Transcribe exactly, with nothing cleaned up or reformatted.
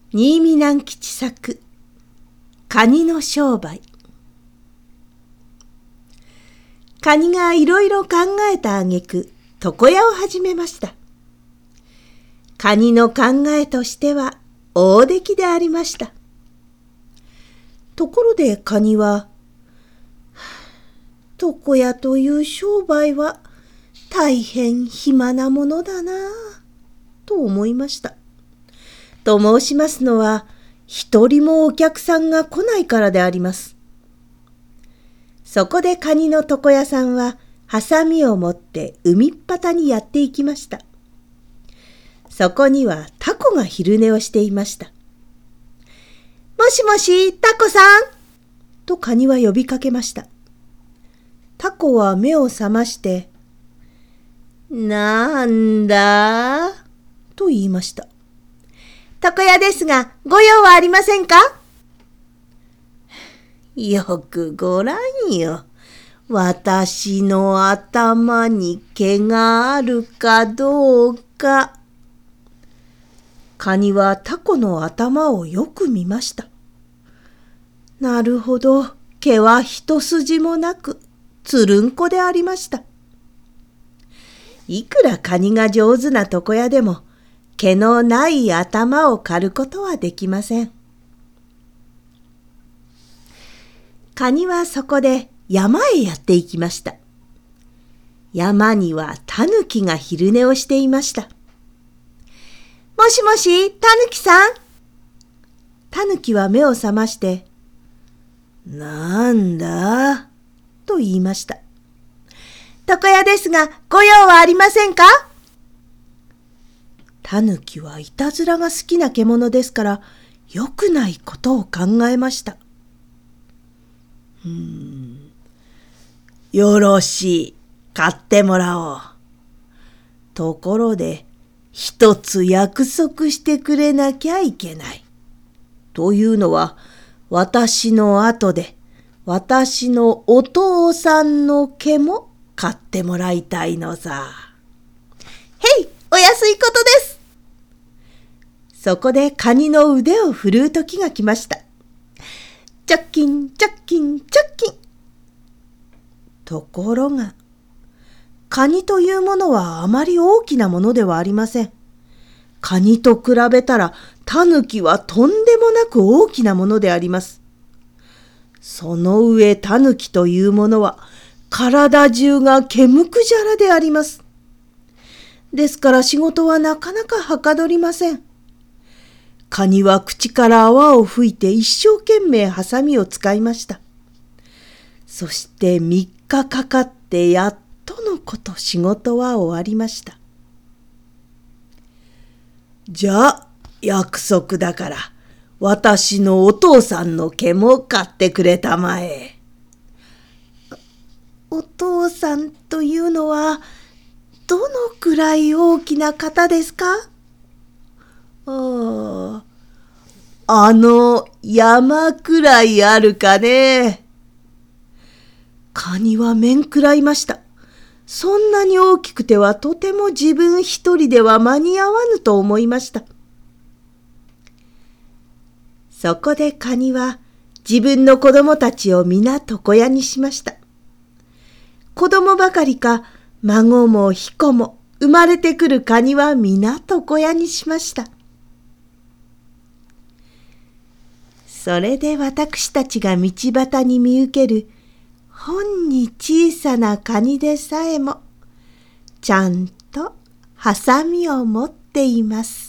新見南吉作カニの商売。カニがいろいろ考えたあげく床屋を始めました。カニの考えとしては大出来でありました。ところでカニは、床屋という商売は大変暇なものだなぁと思いました。と申しますのは、一人もお客さんが来ないからであります。そこでカニの床屋さんは、ハサミを持って海っ端にやっていきました。そこにはタコが昼寝をしていました。もしもし、タコさんとカニは呼びかけました。タコは目を覚まして、なんだと言いました。床屋ですが、ご用はありませんか？よくご覧よ。私の頭に毛があるかどうか。カニはタコの頭をよく見ました。なるほど、毛は一筋もなく、つるんこでありました。いくらカニが上手な床屋でも、毛のない頭を刈ることはできません。カニはそこで山へやっていきました。山にはタヌキが昼寝をしていました。もしもし、タヌキさん。タヌキは目を覚まして、なんだと言いました。床屋ですが、ご用はありませんか？タヌキはいたずらが好きな獣ですから、よくないことを考えました。うーん、よろしい、買ってもらおう。ところで、一つ約束してくれなきゃいけない。というのは、私の後で、私のお父さんの毛も買ってもらいたいのさ。へい、お安いことです。そこでカニの腕を振るう時が来ました。チョッキン、チョッキン、チョッキン。ところが、カニというものはあまり大きなものではありません。カニと比べたら、タヌキはとんでもなく大きなものであります。その上タヌキというものは、体中が毛むくじゃらであります。ですから仕事はなかなかはかどりません。カニは口から泡を吹いて一生懸命ハサミを使いました。そしてみっかかかってやっとのこと仕事は終わりました。じゃあ約束だから私のお父さんの毛も買ってくれたまえ。お父さんというのはどのくらい大きな方ですか？ああ、あの山くらいあるかね。カニは面食らいました。そんなに大きくてはとても自分一人では間に合わぬと思いました。そこでカニは自分の子供たちを皆床屋にしました。子供ばかりか孫も彦も生まれてくるカニは皆床屋にしました。それで私たちが道端に見受けるほんに小さなカニでさえもちゃんとハサミを持っています。